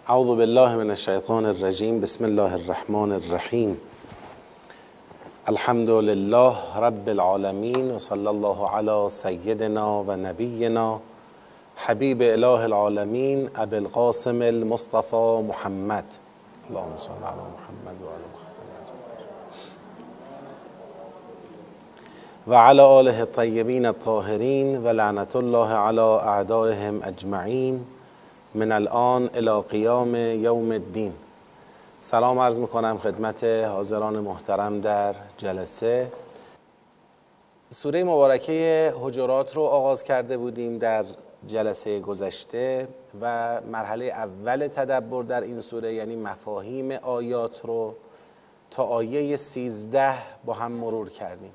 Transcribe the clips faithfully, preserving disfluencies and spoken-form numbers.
اعوذ بالله من الشیطان الرجیم. بسم الله الرحمن الرحیم. الحمد لله رب العالمین و صلی الله علی سیدنا و نبینا حبیب اله العالمین ابی القاسم المصطفى محمد. اللهم صل علی محمد و علی و علی آله الطیبین الطاهرین و لعنت الله علی اعدائهم اجمعین من الان الی قیام یوم الدین. سلام عرض میکنم خدمت حاضران محترم در جلسه. سوره مبارکه حجرات رو آغاز کرده بودیم در جلسه گذشته و مرحله اول تدبر در این سوره، یعنی مفاهیم آیات رو تا آیه سیزده با هم مرور کردیم.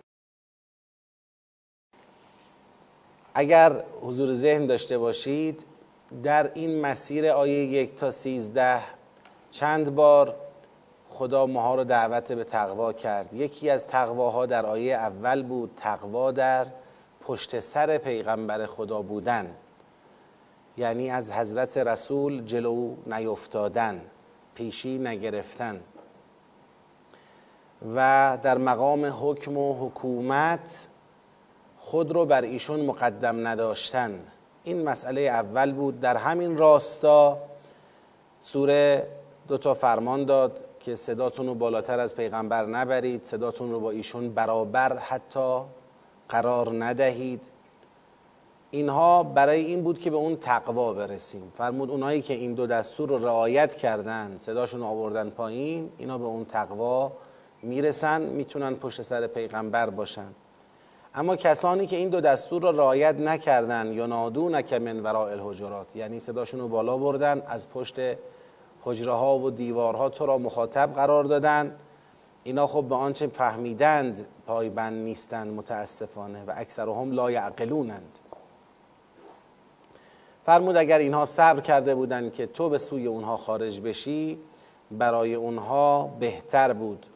اگر حضور ذهن داشته باشید، در این مسیر آیه یک تا سیزده چند بار خدا ماها رو دعوت به تقوا کرد. یکی از تقواها در آیه اول بود، تقوا در پشت سر پیغمبر خدا بودن، یعنی از حضرت رسول جلو نیفتادن، پیشی نگرفتن و در مقام حکم و حکومت خود رو بر ایشون مقدم نداشتن. این مسئله اول بود. در همین راستا سوره دو تا فرمان داد که صداتون رو بالاتر از پیغمبر نبرید، صداتون رو با ایشون برابر حتی قرار ندهید. اینها برای این بود که به اون تقوا برسیم. فرمود اونایی که این دو دستور رو رعایت کردن، صداشون رو آوردن پایین، اینا به اون تقوا میرسن، میتونن پشت سر پیغمبر باشن. اما کسانی که این دو دستور را رعایت نکردن، ینادونک من وراء الحجرات، یعنی صداشون رو بالا بردن، از پشت حجره ها و دیوارها تو را مخاطب قرار دادن، اینا خب به آنچه فهمیدند پایبند نیستند متاسفانه و اکثرهم لا یعقلونند. فرمود اگر اینها صبر کرده بودند که تو به سوی اونها خارج بشی، برای اونها بهتر بود.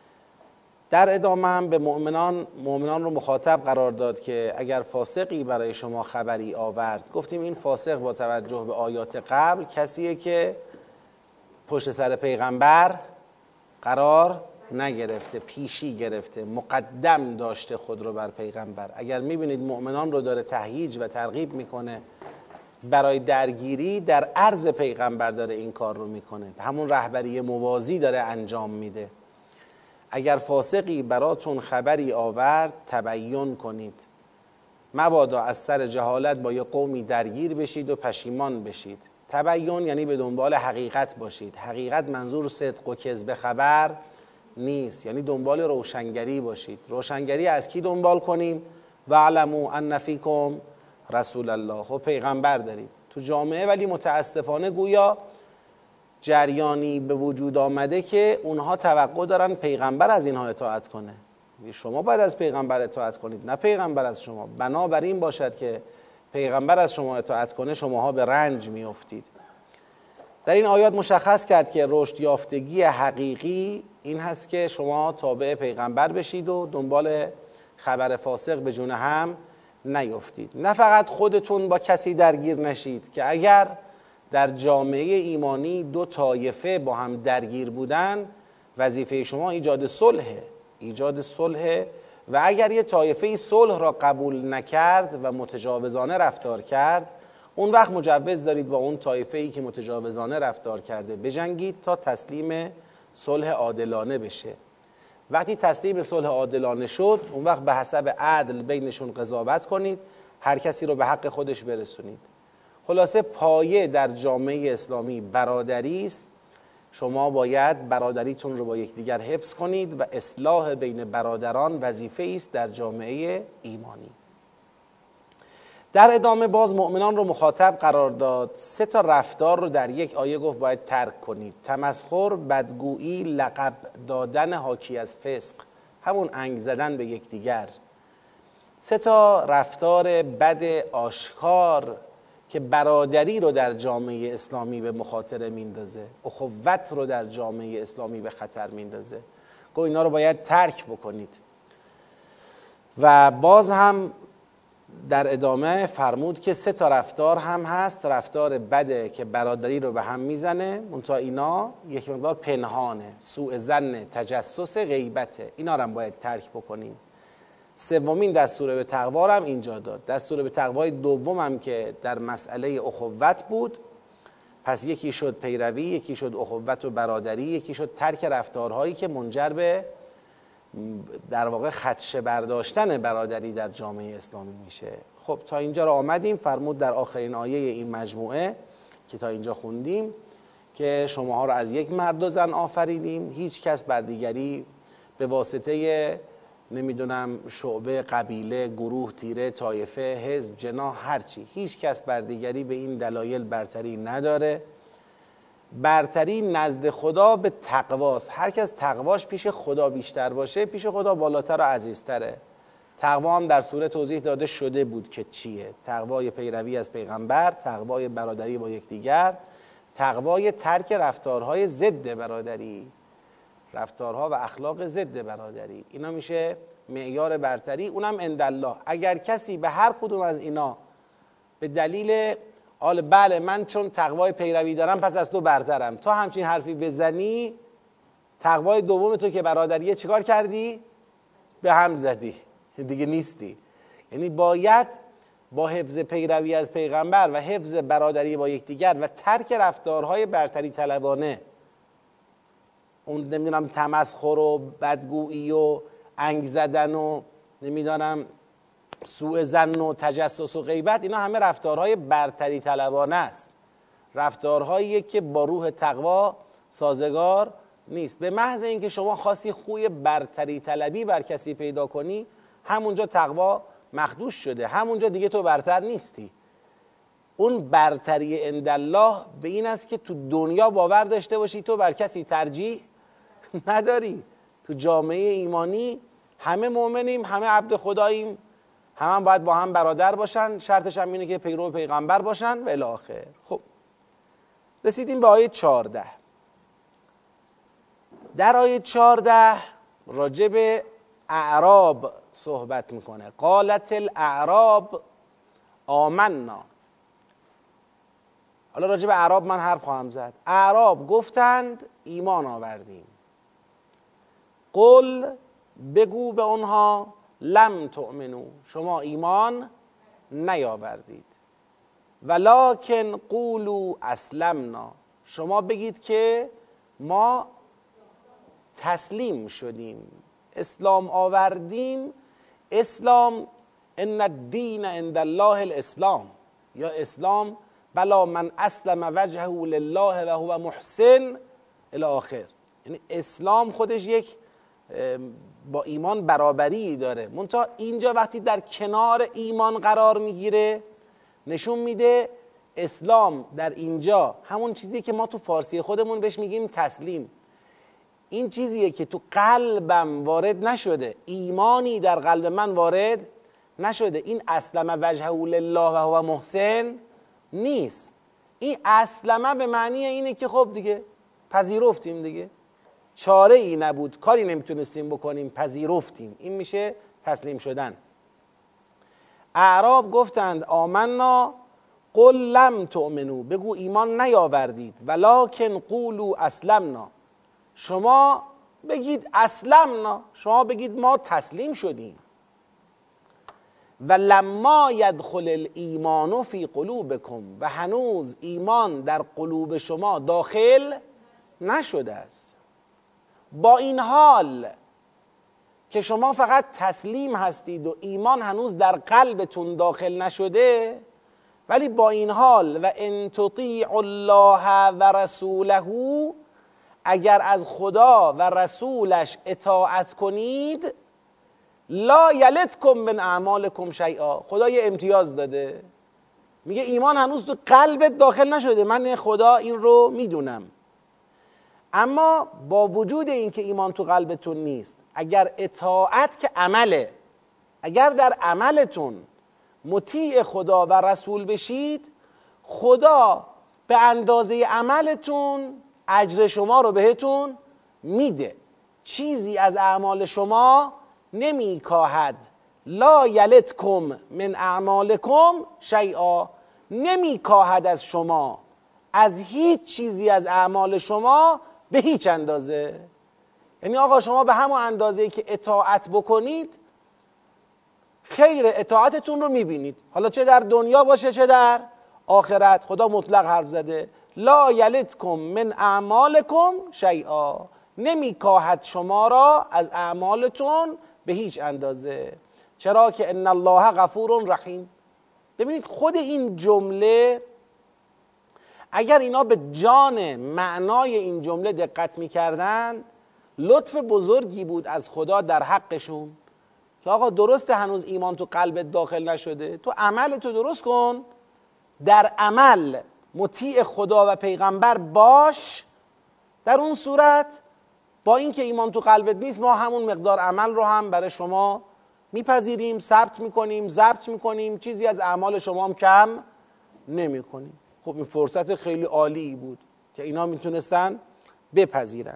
در ادامه هم به مؤمنان مؤمنان رو مخاطب قرار داد که اگر فاسقی برای شما خبری آورد، گفتیم این فاسق با توجه به آیات قبل کسیه که پشت سر پیغمبر قرار نگرفته، پیشی گرفته، مقدم داشته خود رو بر پیغمبر. اگر میبینید مؤمنان رو داره تهییج و ترغیب میکنه برای درگیری، در عرض پیغمبر داره این کار رو میکنه، همون رهبری موازی داره انجام میده. اگر فاسقی براتون خبری آورد تبیین کنید، مبادا از سر جهالت با یه قومی درگیر بشید و پشیمان بشید. تبیین یعنی به دنبال حقیقت باشید. حقیقت منظور صدق و کذب خبر نیست، یعنی دنبال روشنگری باشید. روشنگری از کی دنبال کنیم؟ واعلموا ان فیکم رسول الله. خب پیغمبر دارید تو جامعه، ولی متاسفانه گویا جریانی به وجود آمده که اونها توقع دارن پیغمبر از اینها اطاعت کنه. شما باید از پیغمبر اطاعت کنید، نه پیغمبر از شما. بنابراین باشد که پیغمبر از شما اطاعت کنه، شماها به رنج میافتید. در این آیات مشخص کرد که رشد یافتگی حقیقی این هست که شما تابع پیغمبر بشید و دنبال خبر فاسق به جون هم نیفتید. نه فقط خودتون با کسی درگیر نشید، که اگر در جامعه ایمانی دو طایفه با هم درگیر بودن، وظیفه شما ایجاد صلح، ایجاد صلح و اگر یه طایفه صلح را قبول نکرد و متجاوزانه رفتار کرد، اون وقت مجوز دارید با اون طایفه ای که متجاوزانه رفتار کرده بجنگید تا تسلیم صلح عادلانه بشه. وقتی تسلیم صلح عادلانه شد، اون وقت به حسب عدل بینشون قضاوت کنید، هر کسی رو به حق خودش برسونید. خلاصه پایه در جامعه اسلامی برادری است. شما باید برادریتون رو با یکدیگر حفظ کنید و اصلاح بین برادران وظیفه است در جامعه ایمانی. در ادامه باز مؤمنان رو مخاطب قرار داد. سه تا رفتار رو در یک آیه گفت باید ترک کنید: تمسخر، بدگویی، لقب دادن حاکی از فسق، همون انگ زدن به یکدیگر. سه تا رفتار بد آشکار که برادری رو در جامعه اسلامی به مخاطره میندازه، اخوت رو در جامعه اسلامی به خطر میندازه. گفت اینا رو باید ترک بکنید. و باز هم در ادامه فرمود که سه تا رفتار هم هست. رفتار بده که برادری رو به هم میزنه، منتها اینا یک مقدار پنهانه، سوء ظن، تجسس، غیبته، اینا رو هم باید ترک بکنیم. سومین دستور به تقوا رو هم اینجا داد. دستور به تقوای دوم هم که در مسئله اخوت بود، پس یکی شد پیروی، یکی شد اخوت و برادری، یکی شد ترک رفتارهایی که منجر به در واقع خدشه برداشتن برادری در جامعه اسلامی میشه. خب تا اینجا رو آمدیم. فرمود در آخرین آیه این مجموعه که تا اینجا خوندیم که شماها رو از یک مرد و زن آفریدیم، هیچ کس بر دیگری به واسطه نمیدونم شعبه، قبیله، گروه، تیره، طایفه، حزب، جناح، هرچی، هیچ کس بر دیگری به این دلایل برتری نداره. برتری نزد خدا به تقواست. هر کس تقواش پیش خدا بیشتر باشه، پیش خدا بالاتر و عزیزتره. تقوا هم در سوره توضیح داده شده بود که چیه. تقوای پیروی از پیغمبر، تقوای برادری با یکدیگر، تقوای ترک رفتارهای ضد برادری، رفتارها و اخلاق ضد برادری، اینا میشه معیار برتری، اونم عندالله. اگر کسی به هر کدوم از اینا به دلیل آل بله من چون تقوای پیروی دارم پس از تو برترم، تا همچین حرفی بزنی، تقوای دوم تو که برادریه چیکار کردی؟ به هم زدی، دیگه نیستی. یعنی باید با حفظ پیروی از پیغمبر و حفظ برادری با یکدیگر و ترک رفتارهای برتری طلبانه، اون نمیدونم تمسخر و بدگویی و انگ زدن و نمیدونم سوء ظن و تجسس و غیبت، اینا همه رفتارهای برتری طلبانه است، رفتارهایی که با روح تقوا سازگار نیست. به محض اینکه شما خاصی خوی برتری طلبی بر کسی پیدا کنی، همونجا تقوا مخدوش شده، همونجا دیگه تو برتر نیستی. اون برتری عندالله به این است که تو دنیا باور داشته باشی تو بر کسی ترجیح نداری. تو جامعه ایمانی همه مؤمنیم، همه عبد خداییم، همه هم باید با هم برادر باشن، شرطش هم اینه که پیرو پیغمبر باشن و الی آخر. خب رسیدیم به آیه چهارده. در آیه چهارده راجع به اعراب صحبت میکنه. قالت الاعراب آمنا. حالا راجع به اعراب من حرف خواهم زد. اعراب گفتند ایمان آوردیم. قل بگو به اونها لم تؤمنو، شما ایمان نیاوردید. ولکن قولوا اسلمنا، شما بگید که ما تسلیم شدیم، اسلام آوردیم. اسلام ان الدین عند الله الاسلام، یا اسلام بلا من اسلم وجهه لله و هو محسن الی آخر. یعنی اسلام خودش یک با ایمان برابری داره، منتها اینجا وقتی در کنار ایمان قرار میگیره نشون میده اسلام در اینجا همون چیزی که ما تو فارسی خودمون بهش میگیم تسلیم. این چیزیه که تو قلبم وارد نشده، ایمانی در قلب من وارد نشده. این اسلم وجهه لله و هو محسن نیست. این اسلمه به معنی اینه که خب دیگه پذیرفتیم، دیگه چاره ای نبود، کاری نمیتونستیم بکنیم، پذیرفتیم. این میشه تسلیم شدن. اعراب گفتند آمنا قل لم تؤمنو، بگو ایمان نیاوردید. ولکن قولوا اسلمنا، شما بگید اسلمنا، شما بگید ما تسلیم شدیم. و لما یدخل الایمان فی قلوبکم، و هنوز ایمان در قلوب شما داخل نشده است. با این حال که شما فقط تسلیم هستید و ایمان هنوز در قلبتون داخل نشده، ولی با این حال و ان تطیعوا الله و رسوله، اگر از خدا و رسولش اطاعت کنید، لا یلتکم من اعمالکم شیئا، خدا یه امتیاز داده، میگه ایمان هنوز تو قلبت داخل نشده، من خدا این رو میدونم. اما با وجود اینکه ایمان تو قلبتون نیست، اگر اطاعت که عمله، اگر در عملتون مطیع خدا و رسول بشید، خدا به اندازه عملتون اجر شما رو بهتون میده، چیزی از اعمال شما نمیکاهد. لا یلدکم من اعمالکم شیئا، نمی کاهد از شما از هیچ چیزی از اعمال شما به هیچ اندازه. یعنی آقا شما به همون اندازه‌ای که اطاعت بکنید خیر اطاعتتون رو میبینید، حالا چه در دنیا باشه چه در آخرت. خدا مطلق حرف زده لا یلدکم من اعمالکم شیئا، نمی کاهد شما را از اعمالتون به هیچ اندازه. چرا که ان الله غفور رحیم. ببینید خود این جمله اگر اینا به جان معنای این جمله دقت میکردن لطف بزرگی بود از خدا در حقشون که آقا درسته هنوز ایمان تو قلبت داخل نشده، تو عمل تو درست کن، در عمل مطیع خدا و پیغمبر باش، در اون صورت با اینکه ایمان تو قلبت نیست ما همون مقدار عمل رو هم برای شما میپذیریم، ثبت میکنیم، ضبط میکنیم، چیزی از اعمال شما هم کم نمیکنیم. خب این فرصت خیلی عالی بود که اینا میتونستن بپذیرن.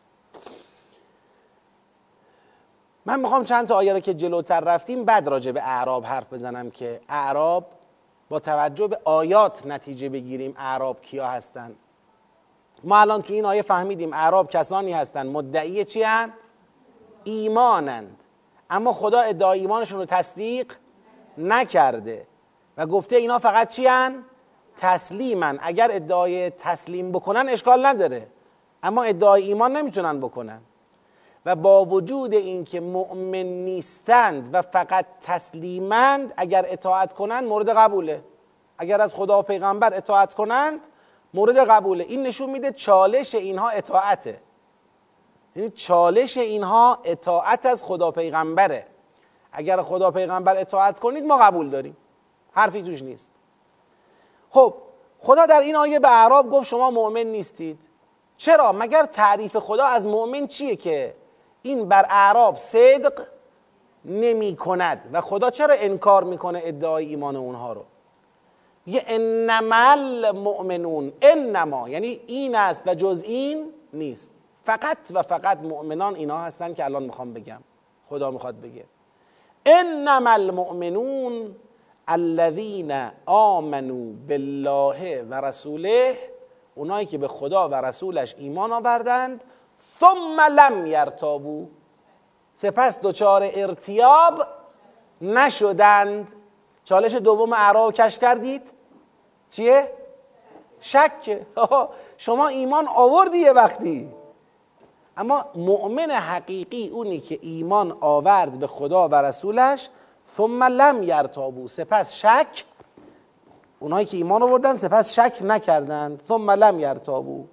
من میخوام چند تا آیه رو که جلوتر رفتیم بعد راجع به اعراب حرف بزنم که اعراب با توجه به آیات نتیجه بگیریم اعراب کیا هستن. ما الان تو این آیه فهمیدیم اعراب کسانی هستن مدعی چی هستند؟ ایمانند، اما خدا ادعای ایمانشون رو تصدیق نکرده و گفته اینا فقط چی هستند؟ تسلیمن. اگر ادعای تسلیم بکنن اشکال نداره، اما ادعای ایمان نمیتونن بکنن. و با وجود اینکه مؤمن نیستند و فقط تسلیمند، اگر اطاعت کنند مورد قبوله. اگر از خدا و پیغمبر اطاعت کنند مورد قبوله. این نشون میده چالش اینها اطاعته، یعنی چالش اینها اطاعت از خدا پیغمبره. اگر خدا پیغمبر اطاعت کنید ما قبول داریم، حرفی توش نیست. خب خدا در این آیه به اعراب گفت شما مؤمن نیستید. چرا؟ مگر تعریف خدا از مؤمن چیه که این بر اعراب صدق نمی کند و خدا چرا انکار میکنه ادعای ایمان اونها رو؟ یه انما المؤمنون، انما یعنی این است و جز این نیست، فقط و فقط مؤمنان اینا هستن که الان میخوام بگم. خدا میخواد بگه انما المؤمنون الذین آمنوا بالله و رسوله، اونایی که به خدا و رسولش ایمان آوردند، ثم لم یرتابوا، سپس دچار ارتیاب نشدند. چالش دوم اعراب کشف کردید چیه؟ شک. شما ایمان آوردی یه وقتی، اما مؤمن حقیقی اونی که ایمان آورد به خدا و رسولش ثم لم یرتابوا، سپس شک، اونایی که ایمان آوردن سپس شک نکردند، ثم لم یرتابوا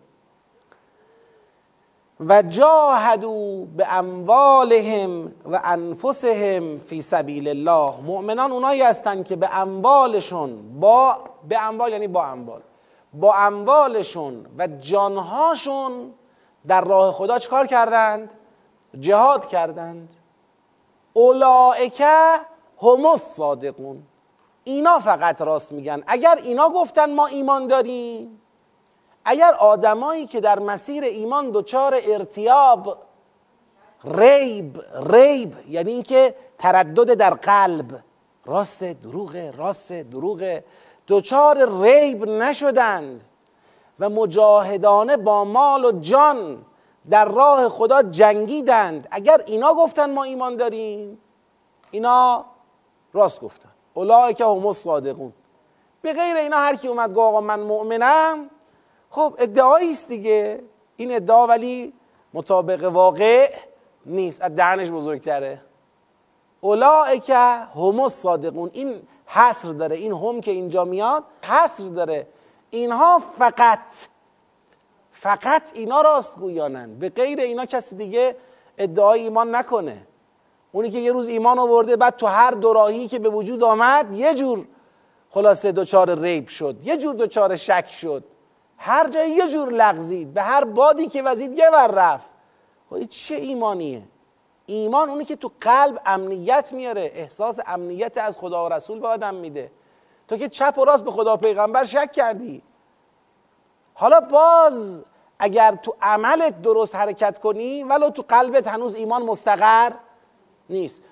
و جاهدوا باموالهم و انفسهم فی سبیل الله. مؤمنان اونایی هستند که به اموالشون، با به اموال یعنی با اموال، با اموالشون و جانهاشون در راه خدا چکار کردند؟ جهاد کردند. اولئک هم الصادقون، اینا فقط راست میگن. اگر اینا گفتن ما ایمان داریم، اگر آدمایی که در مسیر ایمان دچار ارتیاب، ریب ریب یعنی اینکه تردد در قلب، راست دروغه راست دروغه، دچار ریب نشدند و مجاهدانه با مال و جان در راه خدا جنگیدند، اگر اینا گفتن ما ایمان داریم، اینا راست گفتن. اولئک هم الصادقون. به غیر اینا هر کی اومد گفت آقا من مؤمنم، خب ادعایی است دیگه، این ادعا ولی مطابق واقع نیست، از دهنش بزرگتره. اولئک هم الصادقون، این حصر داره، این هم که اینجا میاد حصر داره. اینها فقط فقط اینا راستگویانند، به غیر اینا کسی دیگه ادعای ایمان نکنه. اونی که یه روز ایمان آورده بعد تو هر دوراهی که به وجود آمد یه جور خلاصه دوچار ریب شد، یه جور دوچار شک شد، هر جایی یه جور لغزید، به هر بادی که وزید یه ور رفت. این چه ایمانیه؟ ایمان اونی که تو قلب امنیت میاره، احساس امنیت از خدا و رسول به آدم میده. تو که چپ و راست به خدا و پیغمبر شک کردی، حالا باز اگر تو عملت درست حرکت کنی ولو تو قلبت هنوز ایمان مستقر نیست.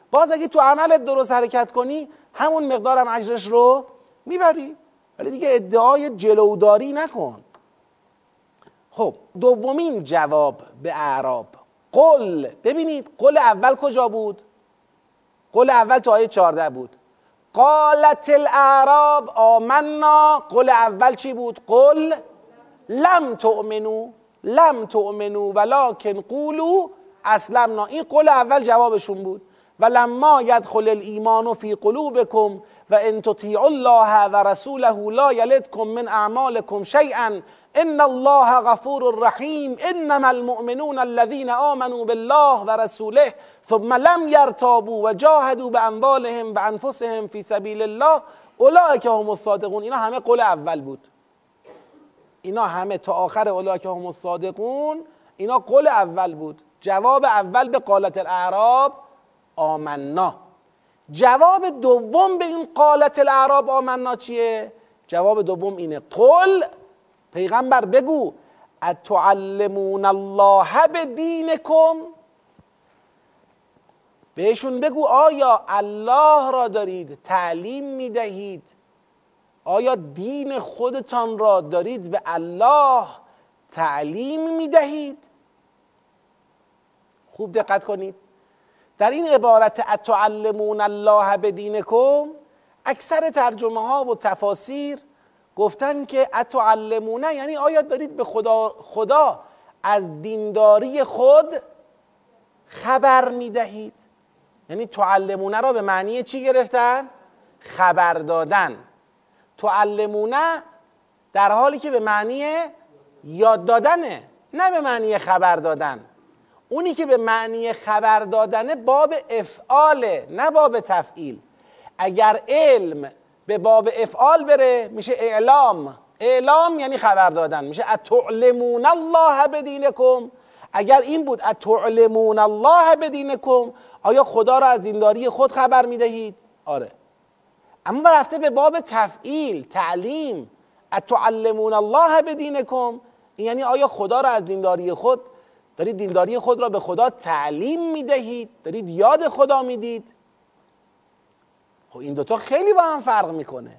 باز اگه تو عملت درست حرکت کنی همون مقدارم اجرش رو میبری، ولی دیگه ادعای جلوداری نکن. خب دومین جواب به اعراب، قل. ببینید قل اول کجا بود؟ قل اول تو آیه چهارده بود. قالت الاعراب آمنا، قل اول چی بود؟ قل لم تؤمنو، لم تؤمنو ولکن قولوا اسلمنا. این قل اول جوابشون بود. ولما يدخل الایمان فی قلوبکم و ان تطیعوا الله و رسوله لا یلدکم من اعمالکم شیئا ان الله غفور رحیم انما المؤمنون الذين آمنوا بالله و رسوله ثم لم يرتابوا و جاهدوا باموالهم و انفسهم فی سبیل الله اولئک هم الصادقون. اینا همه قول اول بود، اینا همه تا آخر اولئک هم الصادقون اینا قول اول بود. جواب اول به قالت الاعراب آمنا. جواب دوم به این قالت الاعراب آمنا چیه؟ جواب دوم اینه، قل پیغمبر بگو اتعلمون الله بدینکم، بهشون بگو آیا الله را دارید تعلیم میدهید؟ آیا دین خودتان را دارید به الله تعلیم میدهید؟ خوب دقت کنید، در این عبارت اتعلمون الله بدینکم اکثر ترجمه ها و تفاسیر گفتن که اتعلمونه یعنی آیا دارید به خدا, خدا از دینداری خود خبر میدهید؟ یعنی تعلمونه را به معنی چی گرفتن؟ خبر دادن. تعلمونه در حالی که به معنی یاد دادنه، نه به معنی خبر دادن. اونی که به معنی خبر دادنه باب افعاله، نه باب تفعیل. اگر علم به باب افعال بره میشه اعلام. اعلام یعنی خبر دادن، میشه اتعلمون الله بدینکم. اگر این بود اتعلمون الله بدینکم، آیا خدا را از دینداری خود خبر میدهید؟ آره. اما رفته به باب تفعیل، تعلیم. اتعلمون الله بدینکم یعنی آیا خدا را از دینداری خود دارید دینداری خود را به خدا تعلیم میدهید؟ دارید یاد خدا میدید؟ خب این دوتا خیلی با هم فرق میکنه.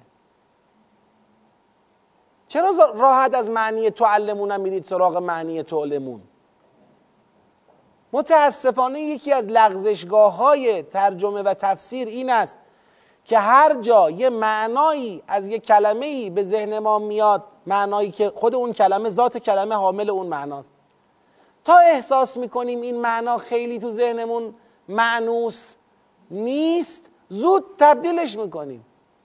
چرا راحت از معنی تعلمون میرید سراغ معنی تعلمون؟ متاسفانه یکی از لغزشگاه های ترجمه و تفسیر این است که هر جا یه معنایی از یه کلمه‌ای به ذهن ما میاد، معنایی که خود اون کلمه، ذات کلمه حامل اون معناست، تا احساس میکنیم این معنا خیلی تو ذهنمون معنوس نیست، زود تبدیلش میکنیم،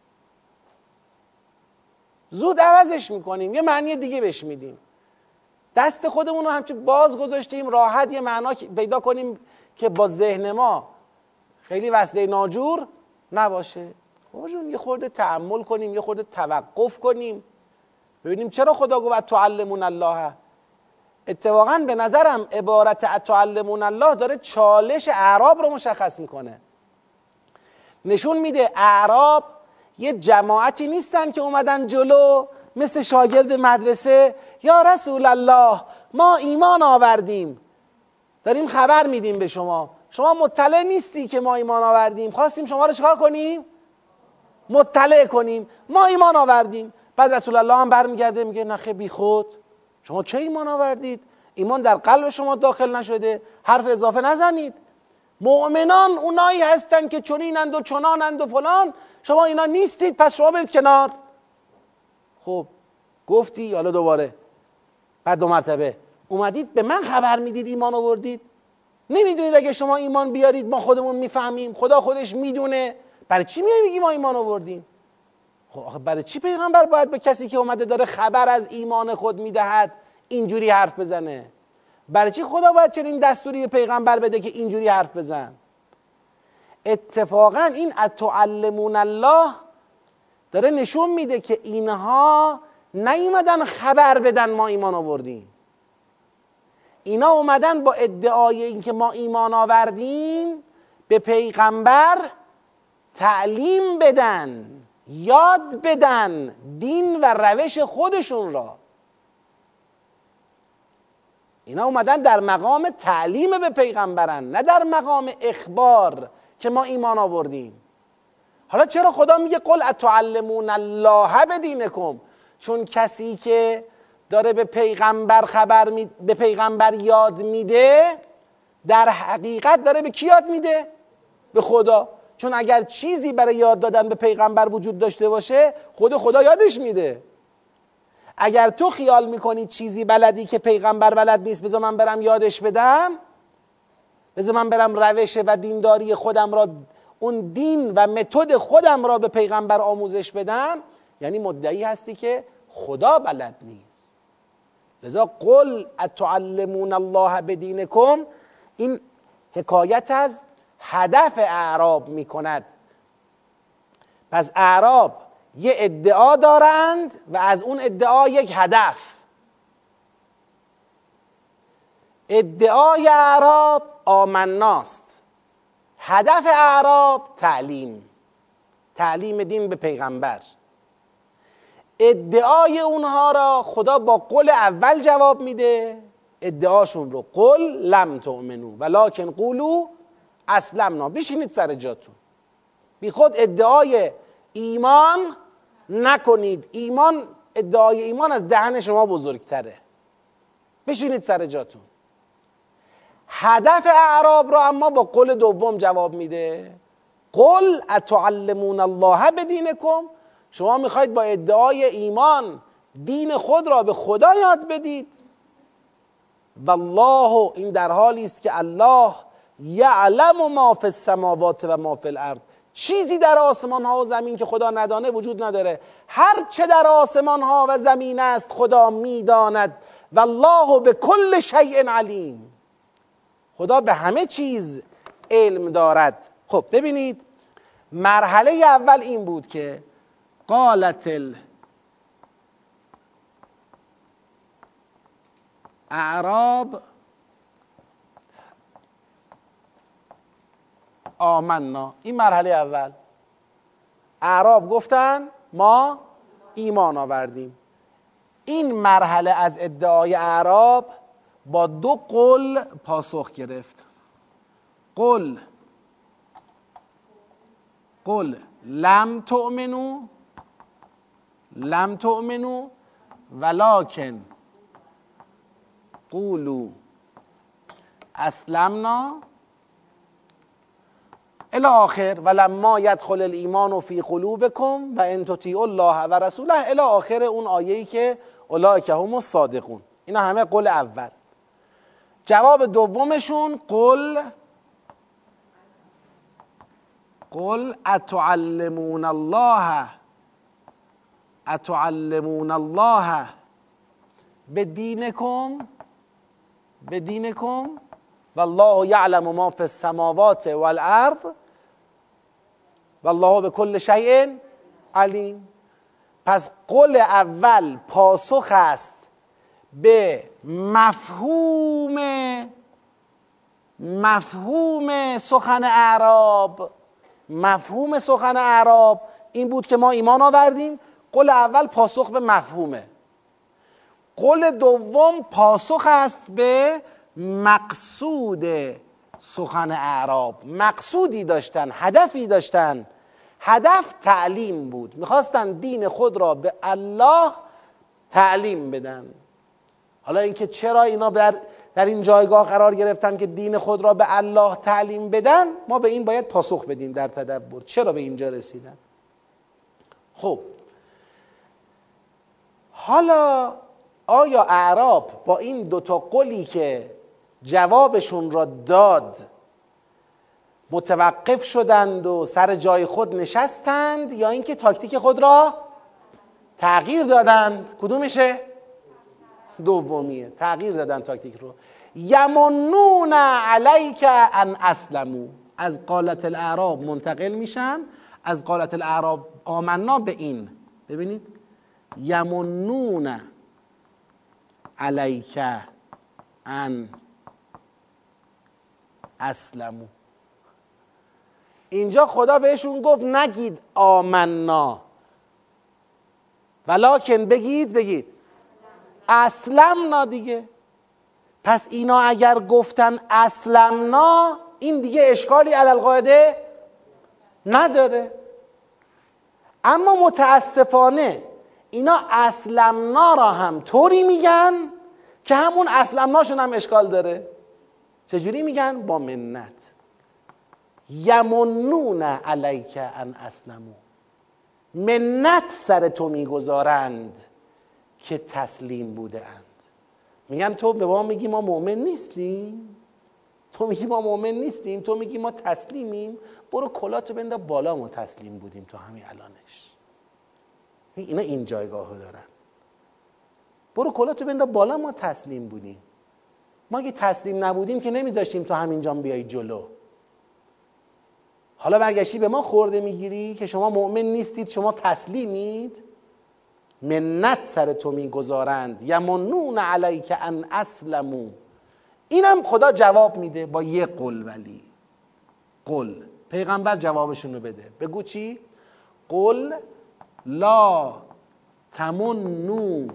زود عوضش میکنیم، یه معنی دیگه بهش میدیم. دست خودمون رو همچون باز گذاشتیم راحت یه معنا پیدا کنیم که با ذهن ما خیلی وصله ناجور نباشه. بابا جون یه خورده تأمل کنیم، یه خورده توقف کنیم، ببینیم چرا خدا گفت اتعلمون الله. اتفاقا به نظرم عبارت اتعلمون الله داره چالش اعراب رو مشخص میکنه. نشون میده اعراب یه جماعتی نیستن که اومدن جلو مثل شاگرد مدرسه، یا رسول الله ما ایمان آوردیم، داریم خبر میدیم به شما، شما مطلع نیستی که ما ایمان آوردیم، خواستیم شما رو چکار کنیم؟ مطلع کنیم، ما ایمان آوردیم. بعد رسول الله هم برمیگرده میگه نخه بی خود، شما چه ایمان آوردید؟ ایمان در قلب شما داخل نشده، حرف اضافه نزنید. مؤمنان اونایی هستن که چنینند و چنانند و فلان، شما اینا نیستید، پس شما برید کنار. خب گفتی، حالا دوباره بعد دو مرتبه اومدید به من خبر میدید ایمان آوردید؟ نمیدونید اگه شما ایمان بیارید ما خودمون میفهمیم، خدا خودش میدونه، برای چی میای میگی ما ایمان آوردیم؟ خب آخه برای چی پیغمبر باید به کسی که اومده داره خبر از ایمان خود میدهد اینجوری حرف بزنه؟ برای چی خدا باید چنین دستوری به پیغمبر بده که اینجوری حرف بزن؟ اتفاقا این اتعلمون الله داره نشون میده که اینها نیومدن خبر بدن ما ایمان آوردیم، اینا اومدن با ادعای اینکه ما ایمان آوردیم به پیغمبر تعلیم بدن، یاد بدن دین و روش خودشون را. اینا اومدن در مقام تعلیم به پیغمبرن، نه در مقام اخبار که ما ایمان آوردیم. حالا چرا خدا میگه قل اتعلمون الله بدینکم؟ چون کسی که داره به پیغمبر خبر می... به پیغمبر یاد میده در حقیقت داره به کی یاد میده؟ به خدا. چون اگر چیزی برای یاد دادن به پیغمبر وجود داشته باشه خود خدا یادش میده. اگر تو خیال میکنی چیزی بلدی که پیغمبر بلد نیست، بذار من برم یادش بدم، بذار من برم روش و دینداری خودم را، اون دین و متد خودم را به پیغمبر آموزش بدم، یعنی مدعی هستی که خدا بلد نیست. لذا قل اتعلمون الله بدینکم، این حکایت از هدف اعراب می کند. پس اعراب یه ادعا دارند و از اون ادعا یک هدف. ادعای اعراب آمناست، هدف اعراب تعلیم، تعلیم دین به پیغمبر. ادعای اونها را خدا با قول اول جواب میده، ادعاشون رو قل لم تؤمنو ولکن قولوا اسلمنا، بشینید سر جاتون، بی خود ادعای ایمان نکنید، ایمان، ادعای ایمان از دهن شما بزرگتره، بشینید سر جاتون. هدف اعراب را اما با قول دوم جواب میده، قل اتعلمون الله بدینکم، شما میخواید با ادعای ایمان دین خود را به خدا یاد بدید. والله، این در حالی است که الله یعلم ما فی السماوات و ما فی الارض، چیزی در آسمان ها و زمین که خدا ندانه وجود نداره، هر چه در آسمان ها و زمین است خدا میداند. والله به کل شیء علیم، خدا به همه چیز علم دارد. خب ببینید، مرحله اول این بود که قالت الاعراب آمنا، این مرحله اول. اعراب گفتن ما ایمان آوردیم. این مرحله از ادعای اعراب با دو قول پاسخ گرفت. قل قل لم تؤمنو لم تؤمنو ولکن قولوا اسلمنا الی آخر ولما یدخل الایمان فی قلوبکم و ان تطیعوا الله و رسوله الی آخر اون آیه‌ای که اولئک هم الصادقون. اینا همه قول اول. جواب دومشون قل قل اتعلمون الله اتعلمون الله بدینکم بدینکم والله یعلم ما فی السماوات والارض والله بكل شیء علیم. پس قول اول پاسخ است به مفهوم مفهوم سخن اعراب. مفهوم سخن اعراب این بود که ما ایمان آوردیم. قول اول پاسخ به مفهومه. قول دوم پاسخ است به مقصود سخن اعراب. مقصودی داشتن، هدفی داشتن. هدف تعلیم بود، میخواستن دین خود را به الله تعلیم بدن. حالا اینکه چرا اینا در, در این جایگاه قرار گرفتن که دین خود را به الله تعلیم بدن، ما به این باید پاسخ بدیم در تدبر، چرا به اینجا رسیدن. خب حالا آیا اعراب با این دوتا قولی که جوابشون را داد متوقف شدند و سر جای خود نشستند، یا اینکه تاکتیک خود را تغییر دادند؟ کدومشه؟ دومیه، تغییر دادن تاکتیک رو. یمنون علیک ان اسلموا، از قالت الاعراب منتقل میشن، از قالت الاعراب آمنا به این. ببینید، یمنون علیک ان اسلموا. اینجا خدا بهشون گفت نگید آمنا، ولکن بگید بگید اسلمنا دیگه. پس اینا اگر گفتن اسلمنا، این دیگه اشکالی علی القاعده نداره. اما متاسفانه اینا اسلمنا را هم طوری میگن که همون اسلمناشون هم اشکال داره. چجوری میگن؟ با منت. یمنون علیک ان اسلموا، منت سر تو میگذارند که تسلیم بوده اند. میگن تو به ما میگی ما مؤمن نیستیم، تو میگی ما مؤمن نیستیم، تو میگی ما تسلیمیم، برو کلاتو بنده بالا، ما تسلیم بودیم تو همین الانش. اینا این جایگاهو دارن. برو کلاتو بنده بالا، ما تسلیم بودیم. ما اگه تسلیم نبودیم که نمیذاشتیم تو همینجا بیای جلو. حالا برگشتی به ما خورده میگیری که شما مؤمن نیستید، شما تسلیمید. منت سر تو میگذارند، یمنون علیک ان اسلموا. اینم خدا جواب میده با یه قل. ولی قل، پیغمبر جوابشون رو بده. بگو چی؟ قل لا تمنوا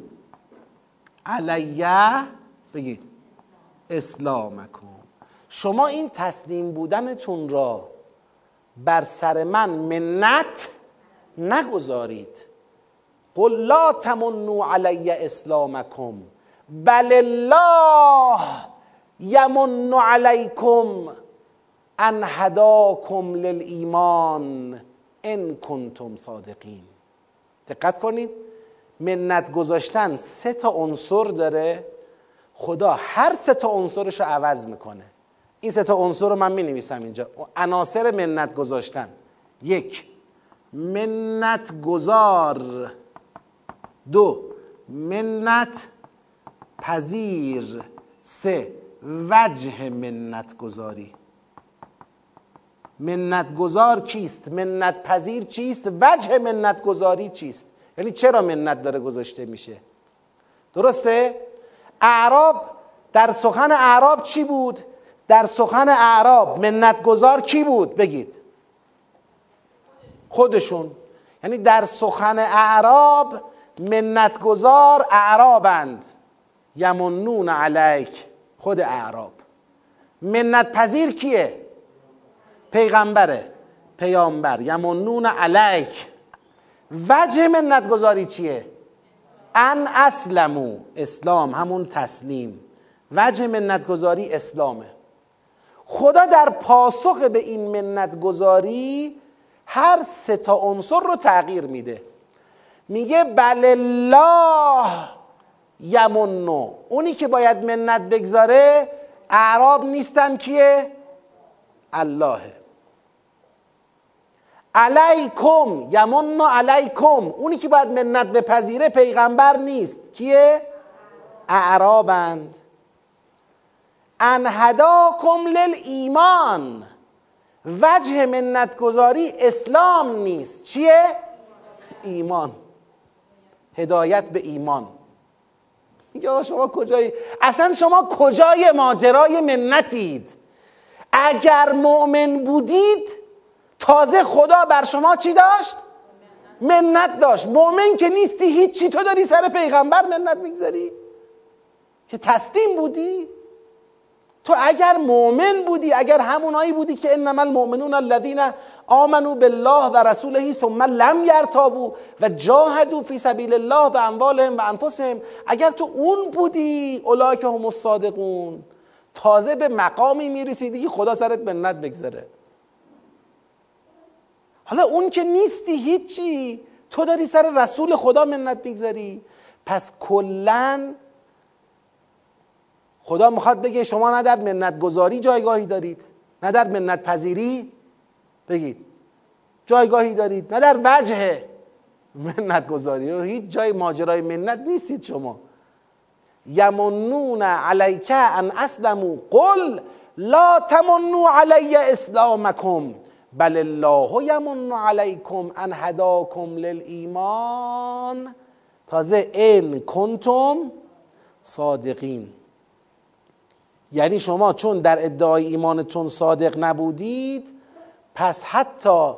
علیه، بگید اسلامکم. شما این تسلیم بودنتون را بر سر من منت نگذارید. قل لا تمنوا علی اسلامکم بل الله یمن علیکم ان هداکم للایمان ان کنتم صادقین. دقت کنید، منت گذاشتن سه تا عنصر داره. خدا هر سه تا عنصرش رو عوض میکنه. این سه تا عنصر رو من می نویسم اینجا. عناصر منت گذاشتن: یک، منت گذار. دو، منت پذیر. سه، وجه منت گذاری. منت گذار کیست؟ منت پذیر چیست؟ وجه منت گذاری چیست؟ یعنی چرا منت داره گذاشته میشه؟ درسته؟ اعراب، در سخن اعراب چی بود؟ در سخن اعراب منت گذار کی بود؟ بگید. خودشون. یعنی در سخن اعراب منت گذار اعرابند. یمنون علیک، خود اعراب. منت پذیر کیه؟ پیغمبره، پیامبر. یمنون علیک. وجه منت گذاری چیه؟ ان اسلمو، اسلام، همون تسلیم. وجه منت گذاری اسلامه. خدا در پاسخ به این منت گذاری هر سه تا عنصر رو تغییر میده. میگه بل الله یمنو. اونی که باید منت بگذاره اعراب نیستن، کیه؟ اللهه. علیکم یمنو علیکم. اونی که باید منت بپذیره پیغمبر نیست، کیه؟ اعرابند. ان هداکم للایمان. وجه منت گذاری اسلام نیست، چیه؟ ایمان، هدایت به ایمان. میگه شما کجایی؟ اصلا شما کجای ماجرای منتید؟ اگر مؤمن بودید تازه خدا بر شما چی داشت؟ منت داشت. مؤمن که نیستی هیچی، تو داری سر پیغمبر منت میگذاری که تسلیم بودی. تو اگر مؤمن بودی، اگر همونایی بودی که انما المؤمنون الذین آمنوا بالله و رسوله ثم لم یرتابوا و جاهدوا فی سبیل الله باموالهم و انفسهم، اگر تو اون بودی اولئک هم الصادقون، تازه به مقامی میرسیدی که خدا سرت منت بگذاره. حالا اون که نیستی هیچی، تو داری سر رسول خدا منت میگذاری. پس کلن خدا میخواد بگه شما نه در منت گذاری جایگاهی دارید، نه در منت پذیری بگید جایگاهی دارید، نه در وجه منت گذاری. و هیچ جای ماجرای منت نیستید شما. یمنون علیک ان اسلموا قل لا تمنوا علی اسلامکم بل الله یمن علیکم ان هداکم للایمان تازه ان کنتم صادقین. یعنی شما چون در ادعای ایمانتون صادق نبودید، پس حتی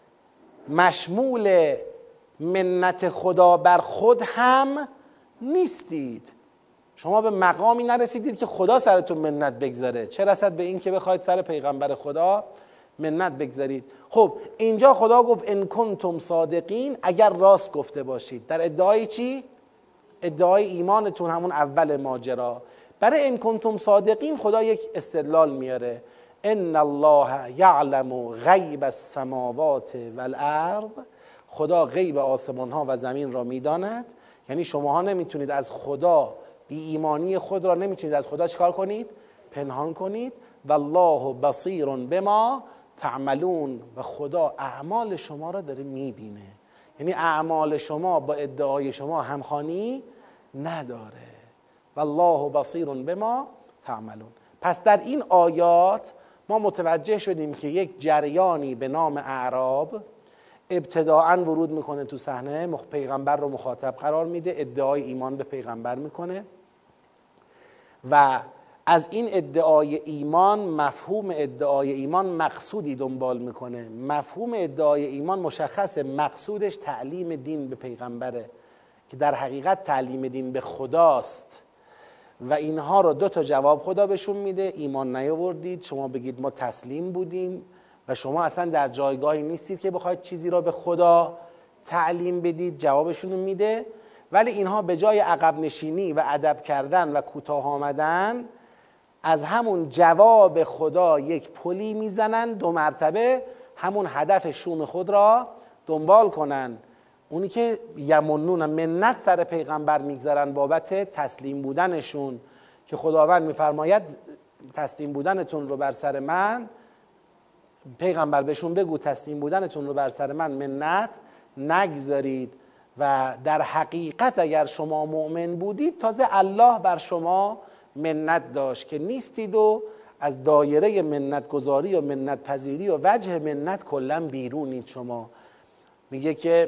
مشمول منت خدا بر خود هم نیستید. شما به مقامی نرسیدید که خدا سرتون منت بگذاره، چه رسد به این که بخواید سر پیغمبر خدا منت بگذارید. خب اینجا خدا گفت ان کنتم صادقین، اگر راست گفته باشید. در ادعای چی؟ ادعای ایمانتون، همون اول ماجرا. برای ان کنتم صادقین خدا یک استدلال میاره، ان الله یعلم غیب السماوات والارض، خدا غیب آسمان ها و زمین را میداند. یعنی شماها نمیتونید از خدا، بی ایمانی خود را نمیتونید از خدا چیکار کنید؟ پنهان کنید. والله بصیر بما تعملون، و خدا اعمال شما را داره میبینه. یعنی اعمال شما با ادعای شما همخوانی نداره. والله بصیر بما تعملون. پس در این آیات ما متوجه شدیم که یک جریانی به نام اعراب ابتداعاً ورود میکنه تو صحنه، پیغمبر رو مخاطب قرار میده، ادعای ایمان به پیغمبر میکنه و از این ادعای ایمان، مفهوم ادعای ایمان مقصودی دنبال میکنه. مفهوم ادعای ایمان مشخص، مقصودش تعلیم دین به پیغمبره که در حقیقت تعلیم دین به خداست و اینها رو دو تا جواب خدا بهشون میده. ایمان نیاوردید، شما بگید ما تسلیم بودیم و شما اصلا در جایگاهی نیستید که بخواید چیزی را به خدا تعلیم بدید، جوابشون میده. ولی اینها به جای عقب نشینی و ادب کردن و کوتاه آمدن، از همون جواب خدا یک پلی میزنن، دو مرتبه همون هدف شوم خود را دنبال کنن. اونی که یمنون، منت سر پیغمبر میگذارن بابت تسلیم بودنشون، که خداوند میفرماید تسلیم بودنتون رو بر سر من، پیغمبر بهشون بگو تسلیم بودنتون رو بر سر من منت نگذارید و در حقیقت اگر شما مؤمن بودید تازه الله بر شما منت داشت که نیستید و از دایره منت گذاری و منت پذیری و وجه منت کلا بیرونید. شما میگه که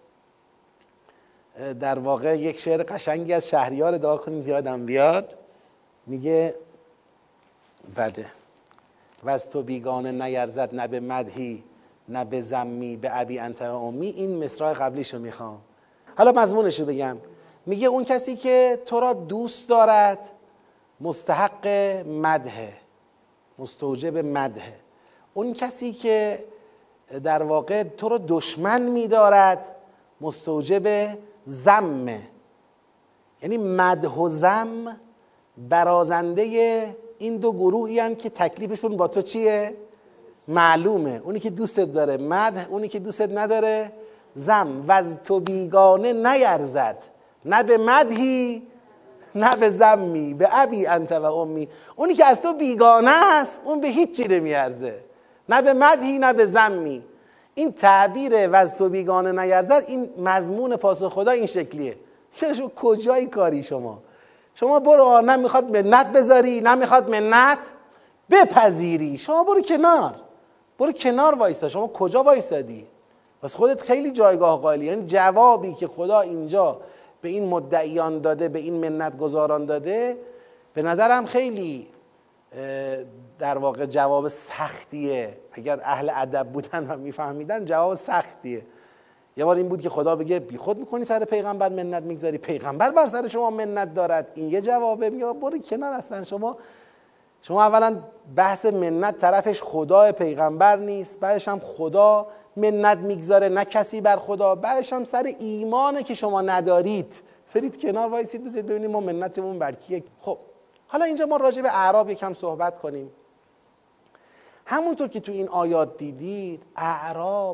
در واقع یک شعر قشنگی از شهریار دعا کنید یادم بیاد، میگه بله و از تو بیگانه نیرزد نه به مدحی نه به ذمی به ابی انت و امی. این مصرع قبلیشو میخوام، حالا مضمونشو بگم. میگه اون کسی که تو را دوست دارد مستحق مدحه، مستوجب مدحه. اون کسی که در واقع تو را دشمن میدارد مستوجب ذمه. یعنی مدح و ذم برازنده این دو گروهی هستند که تکلیفشون با تو چیه؟ معلومه. اونی که دوستت داره مدح، اونی که دوستت نداره ذم. و از تو بیگانه نیرزد نه به مدحی نه به ذمی به ابی انت و امی. اونی که از تو بیگانه است اون به هیچ چی نمیارزه، نه به مدحی نه به ذمی. این تعبیر و از تو بیگانه نیرزد، این مضمون پاسخ خدا این شکلیه. شما کجای کاری شما؟ شما برو، نه میخواد منت بذاری نه میخواد منت بپذیری، شما برو کنار، برو کنار وایسا. شما کجا وایسادی؟ بس خودت خیلی جایگاه قائلی. یعنی جوابی که خدا اینجا به این مدعیان داده، به این منت گذاران داده، به نظرم خیلی در واقع جواب سختیه. اگر اهل ادب بودن و میفهمیدن جواب سختیه. یه بار این بود که خدا بگه بی خود میکنی سر پیغمبر منت میگذاری، پیغمبر بر سر شما منت دارد. این یه جوابه. میگه برو کنار. هستن شما شما اولا بحث منت طرفش خدا پیغمبر نیست، بعدش هم خدا منت میگذاره نه کسی بر خدا، بعدش هم سر ایمانه که شما ندارید. فرید کنار وایسید بذارید ببینیم ما منتمون بر کیه. خب حالا اینجا ما راجع به اعراب یکم صحبت کنیم. همونطور که تو این آیات دیدید، اعراب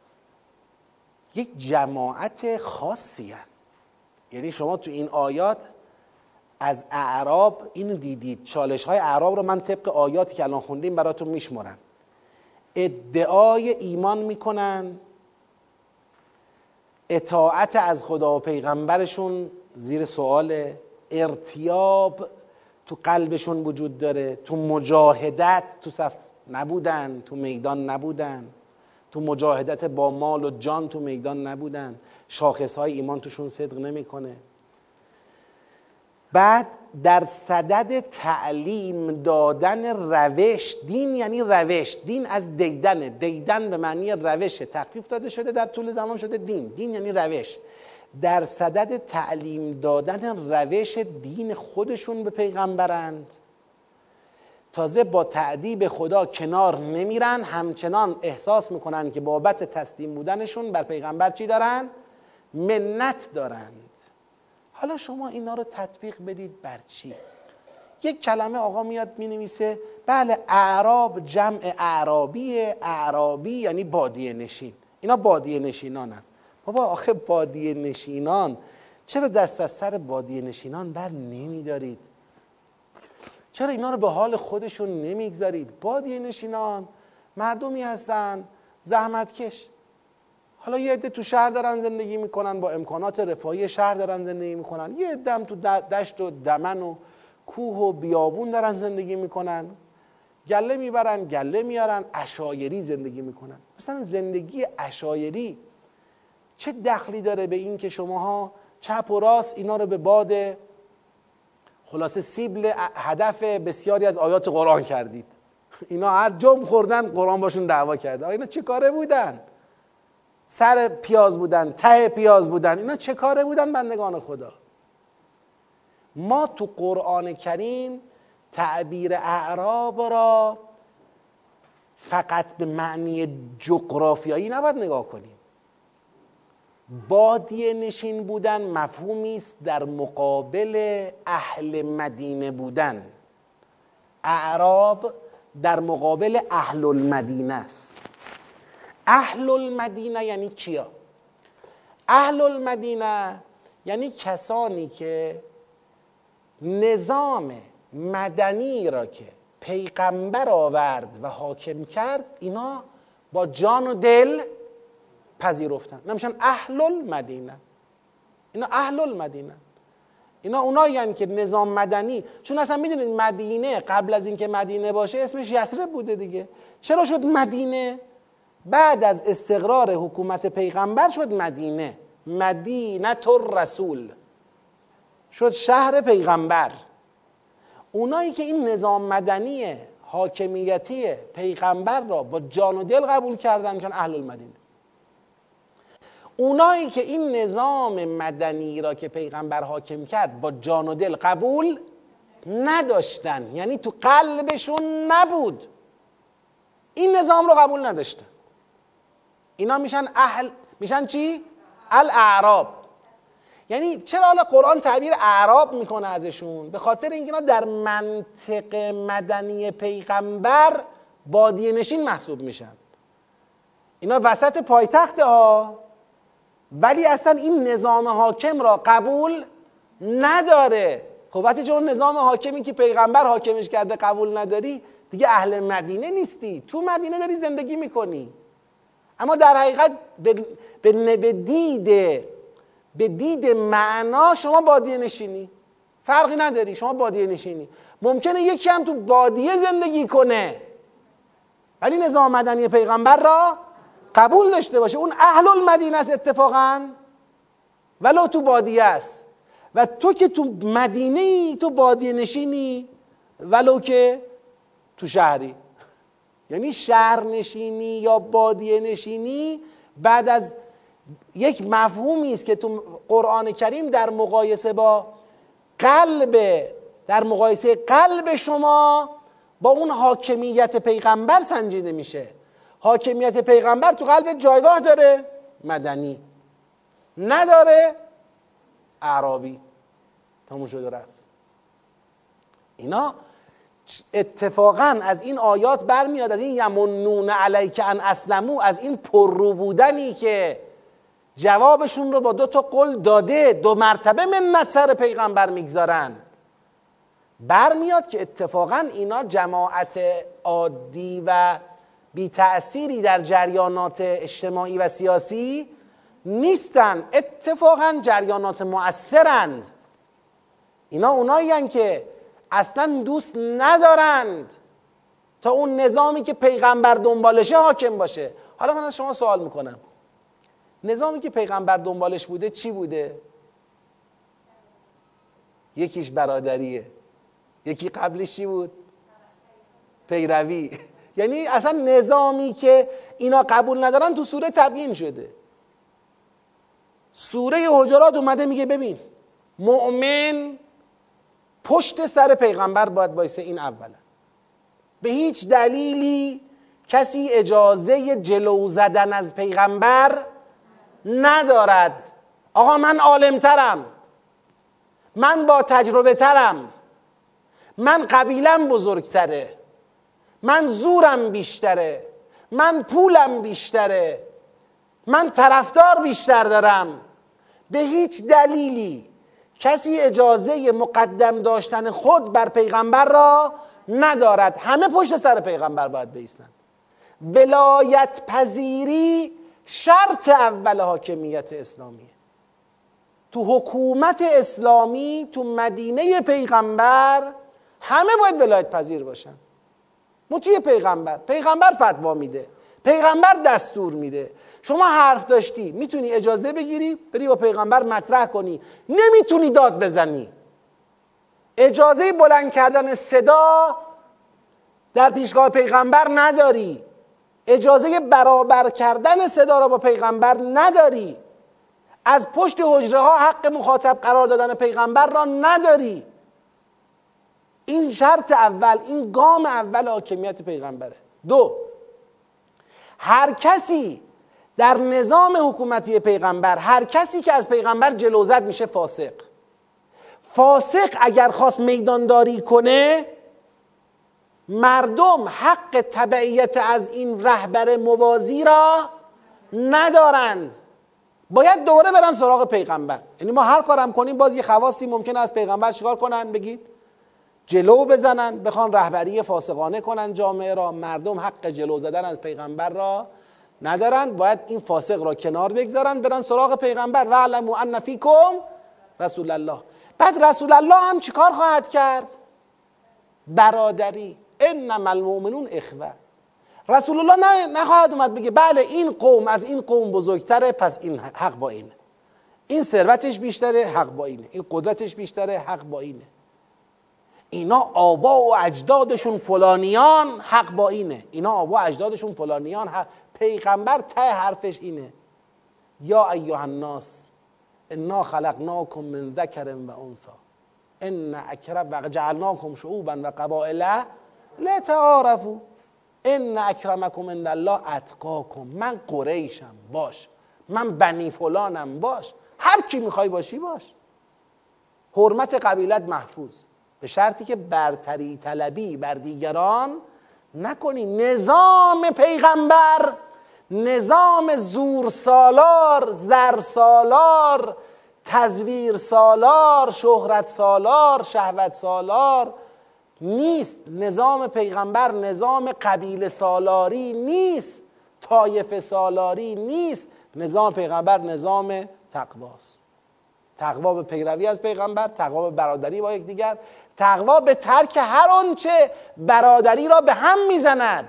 یک جماعت خاصی هستند. یعنی شما تو این آیات از اعراب اینو دیدید. چالش های اعراب رو من طبق آیاتی که الان خوندیم براتون میشمرم. ادعای ایمان میکنن، اطاعت از خدا و پیغمبرشون زیر سوال، ارتیاب تو قلبشون وجود داره، تو مجاهدت تو صف نبودن، تو میدان نبودن، تو مجاهدت با مال و جان تو میدان نبودن، شاخصهای ایمان توشون صدق نمیکنه. بعد در صدد تعلیم دادن روش، دین یعنی روش، دین از دیدن، دیدن به معنی روش تخفیف داده شده، در طول زمان شده دین، دین یعنی روش. در صدد تعلیم دادن روش دین خودشون به پیغمبرند، تازه با تأدیب خدا کنار نمیرن، همچنان احساس میکنن که بابت تسلیم بودنشون بر پیغمبر چی دارن؟ منت دارند. حالا شما اینا رو تطبیق بدید بر چی؟ یک کلمه آقا میاد مینویسه بله اعراب جمع اعرابیه، اعرابی یعنی بادیه نشین، اینا بادیه نشینانن. بابا آخه بادیه نشینان، چرا دست از سر بادیه نشینان بر نمیدارید؟ چرا اینا رو به حال خودشون نمیگذارید؟ بادیه نشینان مردمی هستن زحمتکش. حالا یه عده تو شهر دارن زندگی میکنن، با امکانات رفاهی شهر دارن زندگی میکنن، یه عده هم تو دشت و دمن و کوه و بیابون دارن زندگی میکنن، گله میبرن گله میارن، عشایری زندگی میکنن. مثلا زندگی عشایری چه دخلی داره به این که شماها چپ و راست اینا رو به باد خلاصه سیبل هدف بسیاری از آیات قرآن کردید؟ اینا هر جمع خوردن قرآن باشون دعوا کرده. اینا چه کاره بودن؟ سر پیاز بودن، ته پیاز بودن، اینا چه کاره بودن بندگان خدا؟ ما تو قرآن کریم تعبیر اعراب را فقط به معنی جغرافیایی نباید نگاه کنیم. بادیه نشین بودن مفهومی است در مقابل اهل مدینه بودن. اعراب در مقابل اهل المدینه است. اهل المدینه یعنی کیا؟ اهل المدینه یعنی کسانی که نظام مدنی را که پیغمبر آورد و حاکم کرد اینا با جان و دل پذیرفتن. اینا میشن اهل المدینه. اینا اهل المدینه. اینا اونایی هستند که نظام مدنی، چون اصلا میدونید مدینه قبل از اینکه مدینه باشه اسمش یثرب بوده دیگه. چرا شد مدینه؟ بعد از استقرار حکومت پیغمبر شد مدینه. مدینه الرسول شد شهر پیغمبر. اونایی که این نظام مدنی حاکمیتی پیغمبر را با جان و دل قبول کردن میشن اهل المدینه. اونایی که این نظام مدنی را که پیغمبر حاکم کرد با جان و دل قبول نداشتن، یعنی تو قلبشون نبود، این نظام رو قبول نداشتن، اینا میشن اهل، میشن چی؟ الاعراب. یعنی چرا حالا قرآن تعبیر اعراب میکنه ازشون؟ به خاطر اینکه اینا در منطق مدنی پیغمبر بادیه نشین محسوب میشن. اینا وسط پایتخت ها، ولی اصلا این نظام حاکم را قبول نداره. خب وقتی چون نظام حاکمی که پیغمبر حاکمش کرده قبول نداری، دیگه اهل مدینه نیستی، تو مدینه داری زندگی میکنی، اما در حقیقت به, به, به دید به دید معنا شما بادیه نشینی، فرقی نداری، شما بادیه نشینی. ممکنه یکی هم تو بادیه زندگی کنه ولی نظام مدنی پیغمبر را قبول داشته باشه، اون اهل المدینه است اتفاقا ولو تو بادیه است. و تو که تو مدینه ای تو بادیه نشینی ولو که تو شهری. یعنی شهر نشینی یا بادیه نشینی بعد از یک مفهومی است که تو قرآن کریم در مقایسه با قلب در مقایسه قلب شما با اون حاکمیت پیغمبر سنجیده میشه. حاکمیت پیغمبر تو قلب جایگاه داره، مدنی، نداره، اعرابی. تموم شد و رفت. اینا اتفاقا از این آیات برمیاد، از این یمنون علیک ان اسلموا، از این پررو بودنی که جوابشون رو با دو تا قول داده، دو مرتبه منت سر پیغمبر میگذارن، برمیاد که اتفاقا اینا جماعت عادی و بی تأثیری در جریانات اجتماعی و سیاسی نیستن، اتفاقا جریانات مؤثرند. اینا اونایی هستند که اصلا دوست ندارند تا اون نظامی که پیغمبر دنبالشه حاکم باشه. حالا من از شما سوال میکنم، نظامی که پیغمبر دنبالش بوده چی بوده؟ یکیش برادریه، یکی قبلش چی بود؟ پیروی. یعنی اصلا نظامی که اینا قبول ندارن تو سوره تبیین شده. سوره حجرات اومده میگه ببین مؤمن پشت سر پیغمبر باید بایسته، این اولا. به هیچ دلیلی کسی اجازه جلو زدن از پیغمبر ندارد. آقا من عالمترم، من با تجربه ترم، من قبیلم بزرگتره، من زورم بیشتره، من پولم بیشتره، من طرفدار بیشتر دارم. به هیچ دلیلی کسی اجازه مقدم داشتن خود بر پیغمبر را ندارد. همه پشت سر پیغمبر باید بایستند. ولایت پذیری شرط اول حاکمیت اسلامیه. تو حکومت اسلامی، تو مدینه پیغمبر همه باید ولایت پذیر باشن. مطیع پیغمبر، پیغمبر فتوا میده، پیغمبر دستور میده. شما حرف داشتی میتونی اجازه بگیری بری با پیغمبر مطرح کنی، نمیتونی داد بزنی. اجازه بلند کردن صدا در پیشگاه پیغمبر نداری، اجازه برابر کردن صدا را با پیغمبر نداری، از پشت حجره ها حق مخاطب قرار دادن پیغمبر را نداری. این شرط اول، این گام اول حاکمیت پیغمبره. دو، هر کسی در نظام حکومتی پیغمبر، هر کسی که از پیغمبر جلو زد میشه فاسق. فاسق اگر خواست میدانداری کنه، مردم حق تبعیت از این رهبر موازی را ندارند، باید دوباره برن سراغ پیغمبر. یعنی ما هر کارم کنیم باز یه خواصی ممکنه از پیغمبر چیکار کنن؟ بگید جلو بزنن، بخوان رهبری فاسقانه کنن جامعه را. مردم حق جلو زدن از پیغمبر را ندارن، باید این فاسق را کنار بگذارن، برن سراغ پیغمبر. واعلموا ان فیکم رسول الله. بعد رسول الله هم چیکار خواهد کرد؟ برادری. انما المؤمنون اخوه. رسول الله نه نخواهد اومد بگه بله این قوم از این قوم بزرگتره پس این حق با اینه، این ثروتش بیشتره حق با اینه، این قدرتش بیشتره حق با اینه، اینا آبا و اجدادشون فلانیان حق با اینه، اینا آبا و اجدادشون فلانیان حق. پیغمبر ته حرفش اینه یا ایها الناس انا خلقناکم من ذکر و انثی ان اکرم و جعلناکم شعوبا و قبائل لتعارفوا ان اکرمکم عند الله اتقاکم. من قریشم باش، من بنی فلانم باش، هر کی میخوای باشی باش، حرمت قبیلت محفوظ، به شرطی که برتری طلبی بر دیگران نکنی. نظام پیغمبر نظام زور سالار، زر سالار، تزویر سالار، شهرت سالار، شهوت سالار نیست. نظام پیغمبر نظام قبیله سالاری نیست، طایفه سالاری نیست. نظام پیغمبر نظام تقواست. تقوا به پیروی از پیغمبر، تقوا به برادری با یکدیگر، تقوا به ترک هر آنچه برادری را به هم میزند.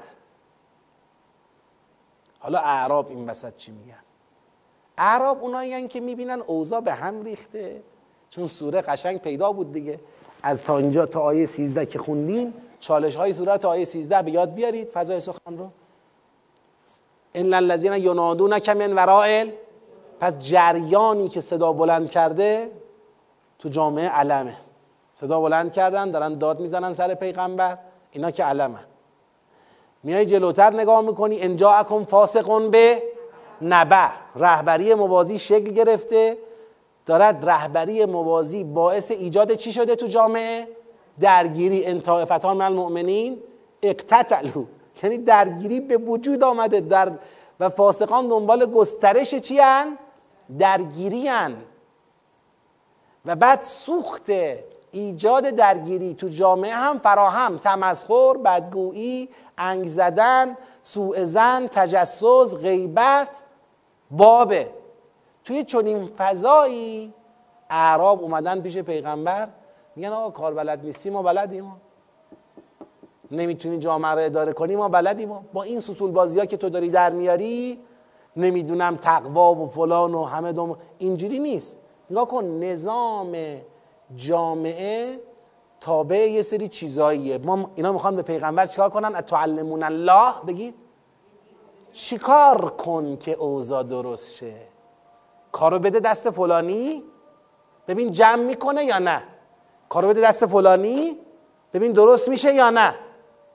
حالا اعراب این وسط چی میگن؟ اعراب اونایین که میبینن اوضاع به هم ریخته، چون سوره قشنگ پیدا بود دیگه، از تا اینجا تا آیه سیزده که خوندیم چالش های سوره تا آیه سیزده به یاد بیارید فضای سخن رو. ان الذین ینادونک من وراء، پس جریانی که صدا بلند کرده تو جامعه علمه، صدا بلند کردن دارن داد میزنن سر پیغمبر، اینا که علمه. میای جلوتر نگاه میکنی ان جاءکم فاسق به نبأ، رهبری موازی شکل گرفته، دارد رهبری موازی باعث ایجاد چی شده تو جامعه؟ درگیری. ان طائفتان من المؤمنین اقتتلوا، یعنی درگیری به وجود آمده در و فاسقان دنبال گسترش چی هن؟ درگیری هن. و بعد سوخت ایجاد درگیری تو جامعه هم فراهم، تمسخر، بدگویی، انگ زدن، سوء ظن، تجسس، غیبت بابه. توی چنین فضایی اعراب اومدن پیش پیغمبر میگن آقا کار بلد نیستی، ما بلدیم، نمیتونی جامعه رو اداره کنی، ما بلدیم، با این سوسول بازی ها که تو داری در میاری، نمیدونم تقوا و فلان و همه دوم، اینجوری نیست. نگاه کن نظام جامعه تابع یه سری چیزاییه. ما اینا میخوان به پیغمبر چیکار کنن؟ اتعلمون الله، بگید چیکار کن که اوضاع درست شه، کارو بده دست فلانی ببین جمع میکنه یا نه، کارو بده دست فلانی ببین درست میشه یا نه.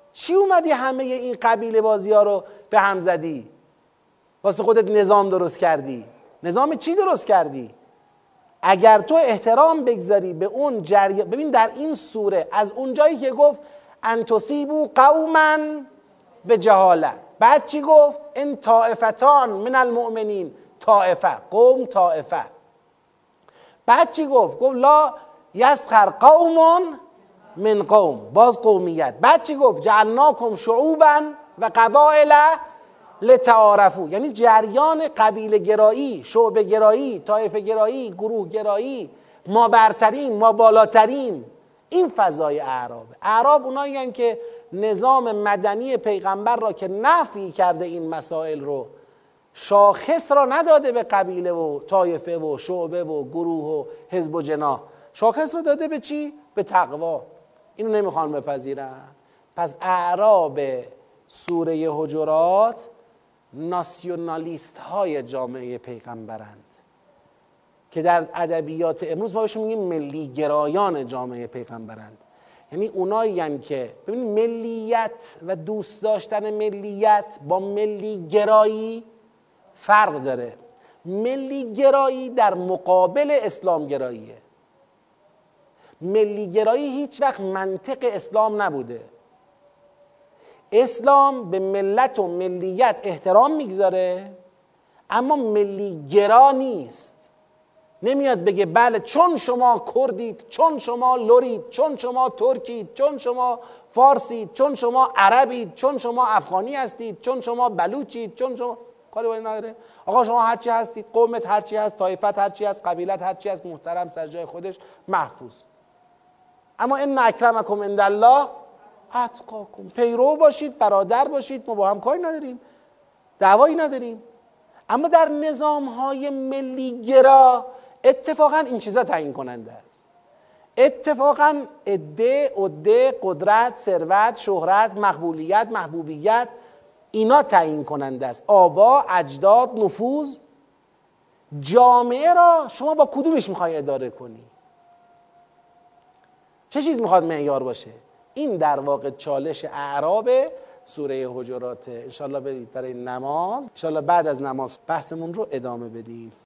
چی اومدی همه این قبیله بازی ها رو به هم زدی؟ واسه خودت نظام درست کردی. نظام چی درست کردی؟ اگر تو احترام بگذاری به اون جریان، ببین در این سوره از اونجایی که گفت ان تصیبوا قوما بجهاله، بعد چی گفت؟ ان طائفتان من المؤمنین، طائفه، قوم طائفه. بعد چی گفت؟ گفت لا یسخر قوم من قوم، باز قومیت. بعد چی گفت؟ جعلناکم شعوبا و قبائل لتعارفوا، یعنی جریان قبیله گرایی، شعبه گرایی، طایفه گرایی، گروه گرایی، ما برترین، ما بالاترین، این فضای اعرابه. اعراب اونایی هستند که نظام مدنی پیغمبر را که نفی کرده این مسائل رو، شاخص را نداده به قبیله و طایفه و شعبه و گروه و حزب و جناح، شاخص را داده به چی؟ به تقوا. اینو نمیخوان بپذیرن. پس اعراب سوره حجرات ناسیونالیست های جامعه پیغمبرند که در ادبیات امروز ما بهشون میگیم ملی گرایان جامعه پیغمبرند. یعنی اونایی هستند که ببین ملیت و دوست داشتن ملیت با ملی گرایی فرق داره. ملی گرایی در مقابل اسلام گراییه. ملی گرایی هیچ وقت منطق اسلام نبوده. اسلام به ملت و ملیت احترام میگذاره اما ملی گرا نیست. نمیاد بگه بله چون شما کردید، چون شما لورید، چون شما ترکید، چون شما فارسید، چون شما عربید، چون شما افغانی هستید، چون شما بلوچید، چون شما کاری باید نداره. آقا شما هرچی هستید، قومت هرچی هست، طایفت هرچی هست، قبیلت هرچی هست، محترم سر جای خودش محفوظ. اما ان اکرمکم عند الله اتقاکم، پیرو باشید، برادر باشید، ما با هم کاری نداریم، دعوایی نداریم. اما در نظام های ملی گرا اتفاقا این چیزا تعیین کننده است. اتفاقا عده، عده، قدرت، ثروت، شهرت، مقبولیت، محبوبیت، اینا تعیین کننده است. آبا، اجداد، نفوذ. جامعه را شما با کدومش میخوای اداره کنی؟ چه چیز میخواد معیار باشه؟ این در واقع چالش اعراب سوره حجرات. انشالله برید برای نماز، انشالله بعد از نماز بحثمون رو ادامه بدیم.